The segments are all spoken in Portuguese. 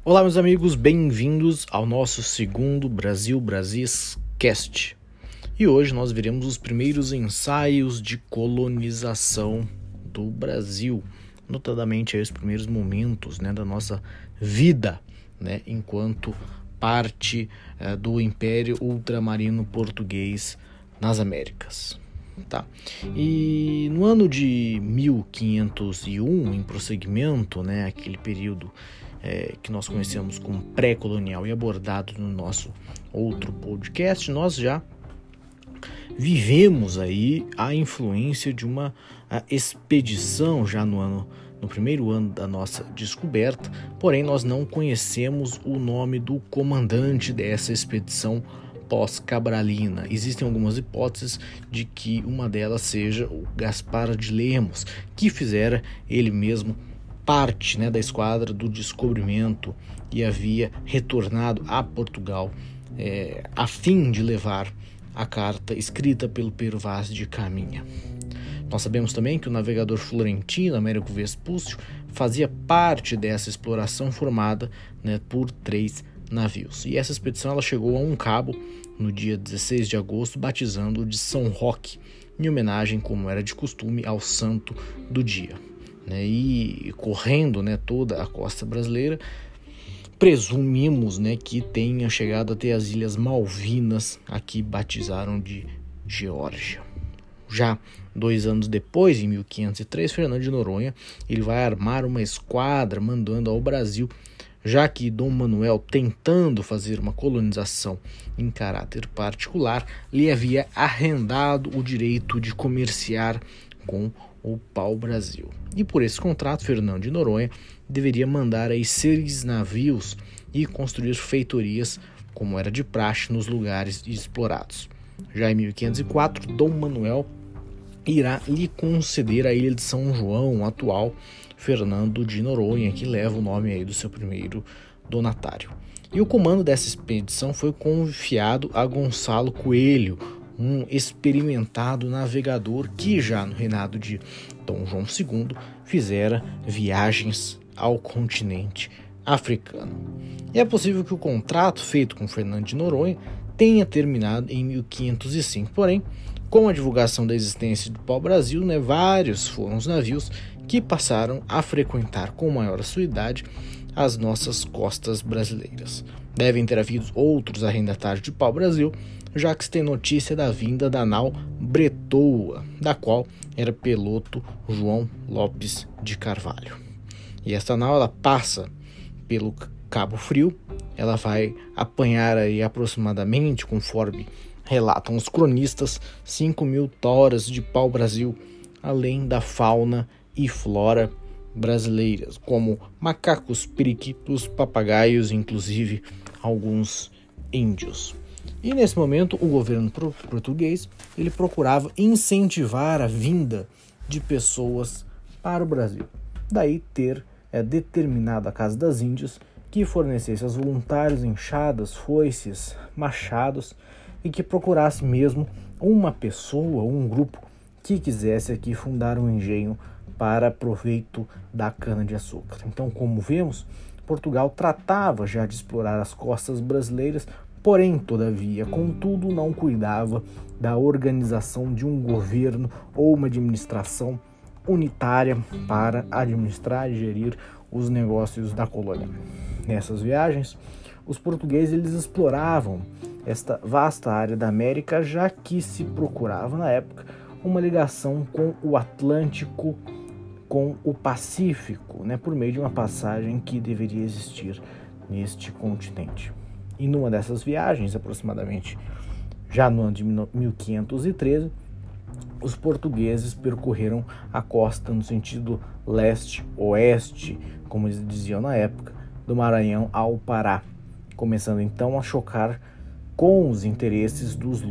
Olá, meus amigos, bem-vindos ao nosso segundo Brasil Brasis Cast. E hoje nós veremos os primeiros ensaios de colonização do Brasil, notadamente aí os primeiros momentos, da nossa vida, enquanto parte do Império Ultramarino Português nas Américas. Tá. E no ano de 1501, em prosseguimento, aquele período que nós conhecemos como pré-colonial e abordado no nosso outro podcast, nós já vivemos aí a influência de uma expedição já no primeiro ano da nossa descoberta, porém nós não conhecemos o nome do comandante dessa expedição pós-cabralina. Existem algumas hipóteses de que uma delas seja o Gaspar de Lemos, que fizera ele mesmo parte da esquadra do descobrimento e havia retornado a Portugal a fim de levar a carta escrita pelo Pero Vaz de Caminha. Nós sabemos também que o navegador florentino Américo Vespúcio fazia parte dessa exploração formada por 3 navios. E essa expedição ela chegou a um cabo no dia 16 de agosto, batizando-o de São Roque, em homenagem, como era de costume, ao santo do dia. E correndo toda a costa brasileira, presumimos que tenha chegado até as Ilhas Malvinas, aqui batizaram de Geórgia. Já 2 anos depois, em 1503, Fernando de Noronha ele vai armar uma esquadra mandando ao Brasil, já que Dom Manuel, tentando fazer uma colonização em caráter particular, lhe havia arrendado o direito de comerciar com o pau-brasil. E por esse contrato, Fernando de Noronha deveria mandar aí 6 navios e construir feitorias, como era de praxe, nos lugares explorados. Já em 1504, Dom Manuel irá lhe conceder a ilha de São João, atual Fernando de Noronha, que leva o nome aí do seu primeiro donatário. E o comando dessa expedição foi confiado a Gonçalo Coelho, um experimentado navegador que já no reinado de Dom João II fizera viagens ao continente africano. E é possível que o contrato feito com Fernando de Noronha tenha terminado em 1505, porém, com a divulgação da existência do pau-brasil, vários foram os navios que passaram a frequentar com maior assiduidade as nossas costas brasileiras. Devem ter havido outros arrendatários de pau-brasil, já que se tem notícia da vinda da nau Bretoa, da qual era piloto João Lopes de Carvalho. E esta nau ela passa pelo Cabo Frio, ela vai apanhar aí aproximadamente, conforme relatam os cronistas, 5.000 toras de pau-brasil, além da fauna e flora brasileiras, como macacos, periquitos, papagaios, inclusive alguns índios. E nesse momento o governo português ele procurava incentivar a vinda de pessoas para o Brasil. Daí ter determinado a Casa das Índias que fornecesse aos voluntários enxadas, foices, machados e que procurasse mesmo uma pessoa, um grupo que quisesse aqui fundar um engenho para proveito da cana-de-açúcar. Então, como vemos, Portugal tratava já de explorar as costas brasileiras, porém, todavia, contudo, não cuidava da organização de um governo ou uma administração unitária para administrar e gerir os negócios da colônia. Nessas viagens, os portugueses eles exploravam esta vasta área da América, já que se procurava, na época, uma ligação com o Atlântico, com o Pacífico, por meio de uma passagem que deveria existir neste continente. E numa dessas viagens, aproximadamente já no ano de 1513, os portugueses percorreram a costa no sentido leste-oeste, como eles diziam na época, do Maranhão ao Pará, começando então a chocar com os interesses dos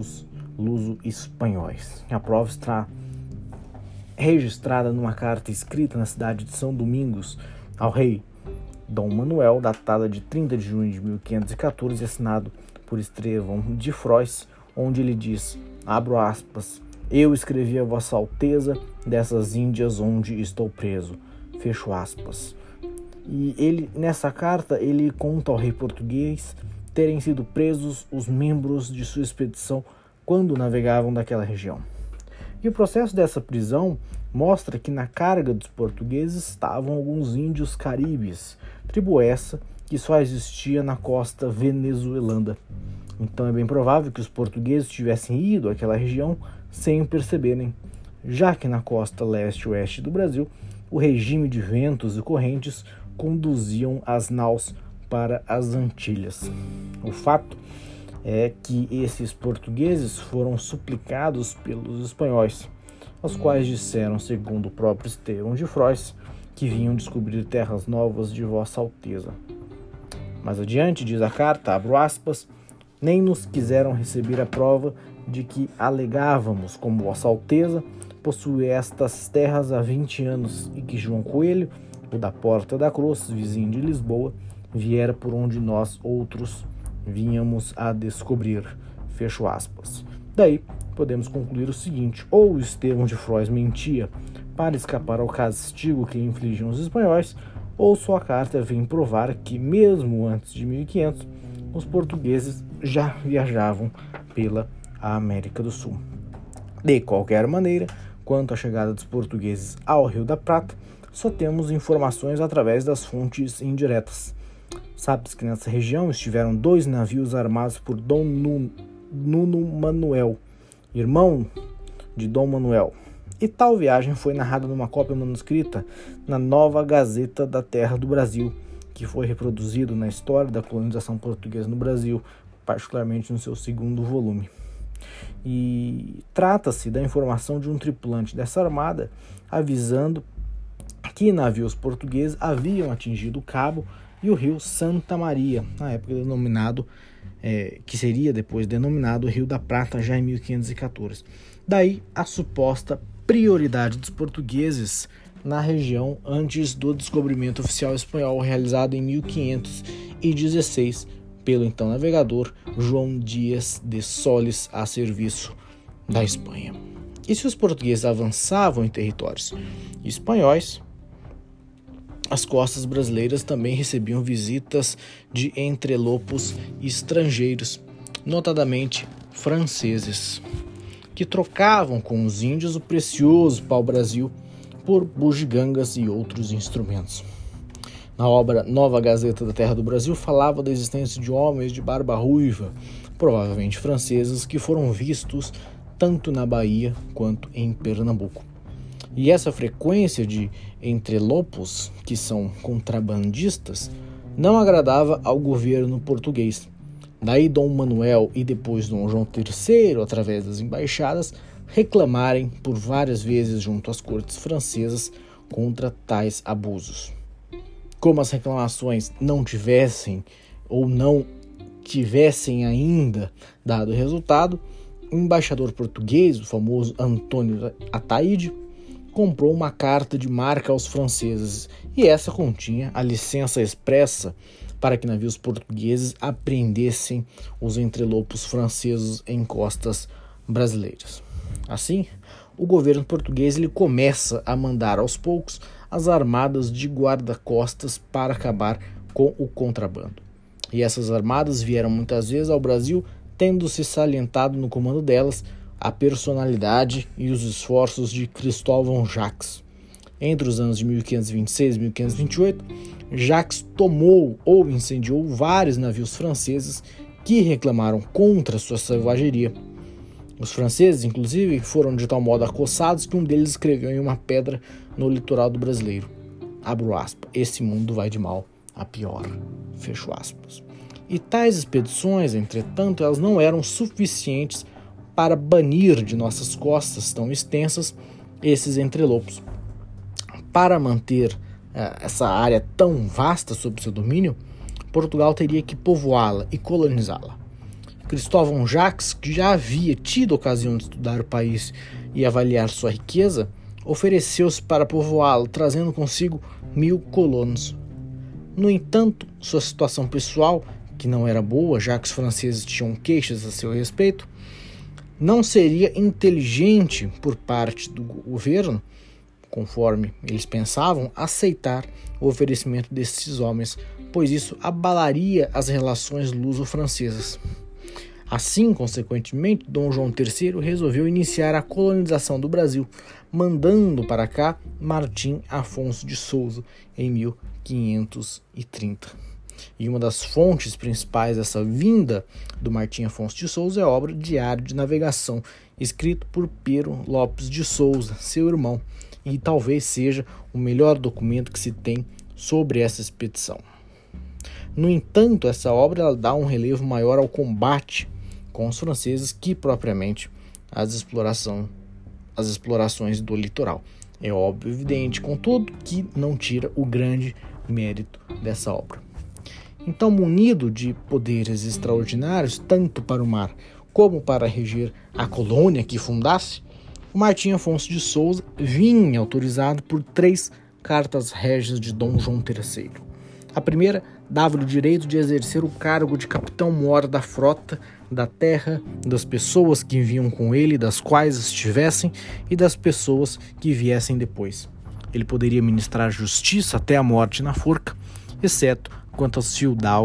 luso-espanhóis. A prova está registrada numa carta escrita na cidade de São Domingos ao rei Dom Manuel, datada de 30 de junho de 1514, assinado por Estevão de Frois, onde ele diz, abro aspas, eu escrevi a vossa alteza dessas Índias onde estou preso, fecho aspas. E nessa carta ele conta ao rei português terem sido presos os membros de sua expedição quando navegavam daquela região. E o processo dessa prisão mostra que na carga dos portugueses estavam alguns índios caribes, tribo essa que só existia na costa venezuelana. Então é bem provável que os portugueses tivessem ido àquela região sem perceberem, já que na costa leste e oeste do Brasil, o regime de ventos e correntes conduziam as naus para as Antilhas. O fato é que esses portugueses foram suplicados pelos espanhóis, os quais disseram, segundo o próprio Estevão de Frois, que vinham descobrir terras novas de Vossa Alteza. Mais adiante, diz a carta, abro aspas, nem nos quiseram receber a prova de que alegávamos, como Vossa Alteza possui estas terras há 20 anos e que João Coelho, o da Porta da Cruz, vizinho de Lisboa, viera por onde nós outros vínhamos a descobrir. Fecho aspas. Daí podemos concluir o seguinte: ou Estevão de Frois mentia para escapar ao castigo que infligiam os espanhóis, ou sua carta vem provar que, mesmo antes de 1500, os portugueses já viajavam pela América do Sul. De qualquer maneira, quanto à chegada dos portugueses ao Rio da Prata, só temos informações através das fontes indiretas. Sabe-se que nessa região estiveram 2 navios armados por Dom Nuno Manuel, irmão de Dom Manuel. E tal viagem foi narrada numa cópia manuscrita na Nova Gazeta da Terra do Brasil, que foi reproduzido na História da Colonização Portuguesa no Brasil, particularmente no seu 2º volume. E trata-se da informação de um tripulante dessa armada avisando que navios portugueses haviam atingido o Cabo e o rio Santa Maria, na época denominado, que seria depois denominado Rio da Prata, já em 1514. Daí a suposta prioridade dos portugueses na região antes do descobrimento oficial espanhol realizado em 1516 pelo então navegador João Dias de Solis a serviço da Espanha. E se os portugueses avançavam em territórios espanhóis, as costas brasileiras também recebiam visitas de entrelopos estrangeiros, notadamente franceses, que trocavam com os índios o precioso pau-brasil por bugigangas e outros instrumentos. Na obra Nova Gazeta da Terra do Brasil, falava da existência de homens de barba ruiva, provavelmente franceses, que foram vistos tanto na Bahia quanto em Pernambuco. E essa frequência de entrelopos, que são contrabandistas, não agradava ao governo português. Daí Dom Manuel e depois Dom João III, através das embaixadas, reclamarem por várias vezes junto às cortes francesas contra tais abusos. Como as reclamações não tivessem ainda dado resultado, o embaixador português, o famoso Antônio Ataíde, comprou uma carta de marca aos franceses, e essa continha a licença expressa para que navios portugueses apreendessem os entrelopos franceses em costas brasileiras. Assim, o governo português começa a mandar aos poucos as armadas de guarda-costas para acabar com o contrabando. E essas armadas vieram muitas vezes ao Brasil, tendo-se salientado no comando delas a personalidade e os esforços de Cristóvão Jacques. Entre os anos de 1526 e 1528, Jacques tomou ou incendiou vários navios franceses que reclamaram contra sua selvageria. Os franceses, inclusive, foram de tal modo acossados que um deles escreveu em uma pedra no litoral do brasileiro, abro aspas, esse mundo vai de mal a pior, fecho aspas. E tais expedições, entretanto, elas não eram suficientes para banir de nossas costas tão extensas esses entrelopos. Para manter essa área tão vasta sob seu domínio, Portugal teria que povoá-la e colonizá-la. Cristóvão Jacques, que já havia tido ocasião de estudar o país e avaliar sua riqueza, ofereceu-se para povoá-lo, trazendo consigo 1000 colonos. No entanto, sua situação pessoal, que não era boa, já que os franceses tinham queixas a seu respeito, não seria inteligente por parte do governo conforme eles pensavam, aceitar o oferecimento desses homens, pois isso abalaria as relações luso-francesas. Assim, consequentemente, Dom João III resolveu iniciar a colonização do Brasil, mandando para cá Martim Afonso de Souza em 1530. E uma das fontes principais dessa vinda do Martim Afonso de Souza é a obra Diário de Navegação, escrito por Pero Lopes de Souza, seu irmão, e talvez seja o melhor documento que se tem sobre essa expedição. No entanto, essa obra ela dá um relevo maior ao combate com os franceses que propriamente as explorações do litoral. É óbvio, evidente, contudo, que não tira o grande mérito dessa obra. Então, munido de poderes extraordinários, tanto para o mar como para reger a colônia que fundasse, o Martim Afonso de Souza vinha autorizado por 3 cartas régias de Dom João III. A primeira dava-lhe o direito de exercer o cargo de capitão-mor da frota, da terra, das pessoas que vinham com ele, das quais estivessem, e das pessoas que viessem depois. Ele poderia ministrar justiça até a morte na forca, exceto quanto aos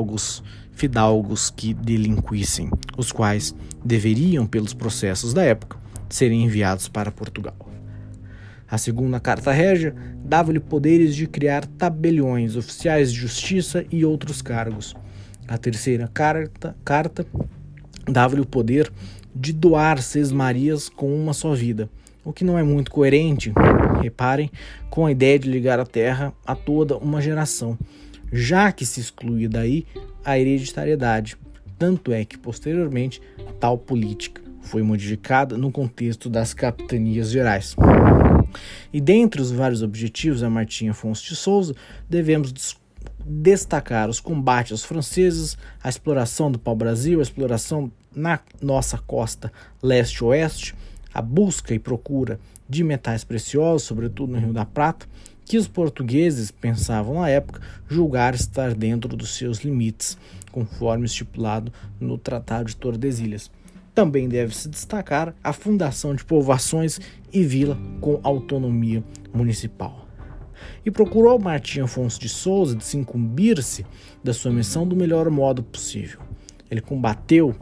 fidalgos que delinquissem, os quais deveriam, pelos processos da época, serem enviados para Portugal. A segunda carta régia dava-lhe poderes de criar tabeliões, oficiais de justiça e outros cargos. A terceira carta dava-lhe o poder de doar sesmarias com uma só vida, o que não é muito coerente, reparem, com a ideia de ligar a terra a toda uma geração, já que se excluía daí a hereditariedade. Tanto é que, posteriormente, tal política foi modificada no contexto das capitanias gerais. E dentre os vários objetivos a Martim Afonso de Souza, devemos destacar os combates aos franceses, a exploração do pau-brasil, a exploração na nossa costa leste-oeste, a busca e procura de metais preciosos, sobretudo no Rio da Prata, que os portugueses pensavam na época julgar estar dentro dos seus limites, conforme estipulado no Tratado de Tordesilhas. Também deve-se destacar a fundação de povoações e vila com autonomia municipal. E procurou Martim Afonso de Souza de se incumbir-se da sua missão do melhor modo possível. Ele combateu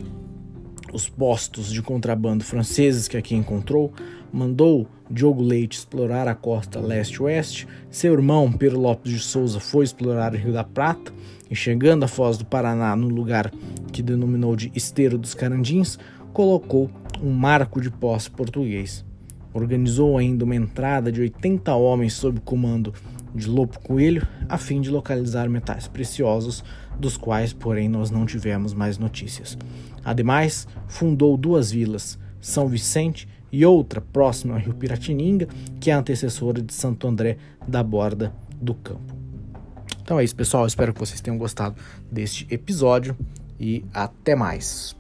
os postos de contrabando franceses que aqui encontrou, mandou Diogo Leite explorar a costa leste-oeste, seu irmão Pero Lopes de Souza foi explorar o Rio da Prata, e chegando à Foz do Paraná, no lugar que denominou de Esteiro dos Carandins, colocou um marco de posse português. Organizou ainda uma entrada de 80 homens sob comando de Lopo Coelho, a fim de localizar metais preciosos, dos quais, porém, nós não tivemos mais notícias. Ademais, fundou 2 vilas, São Vicente e outra próxima ao Rio Piratininga, que é a antecessora de Santo André da Borda do Campo. Então é isso, pessoal. Espero que vocês tenham gostado deste episódio e até mais.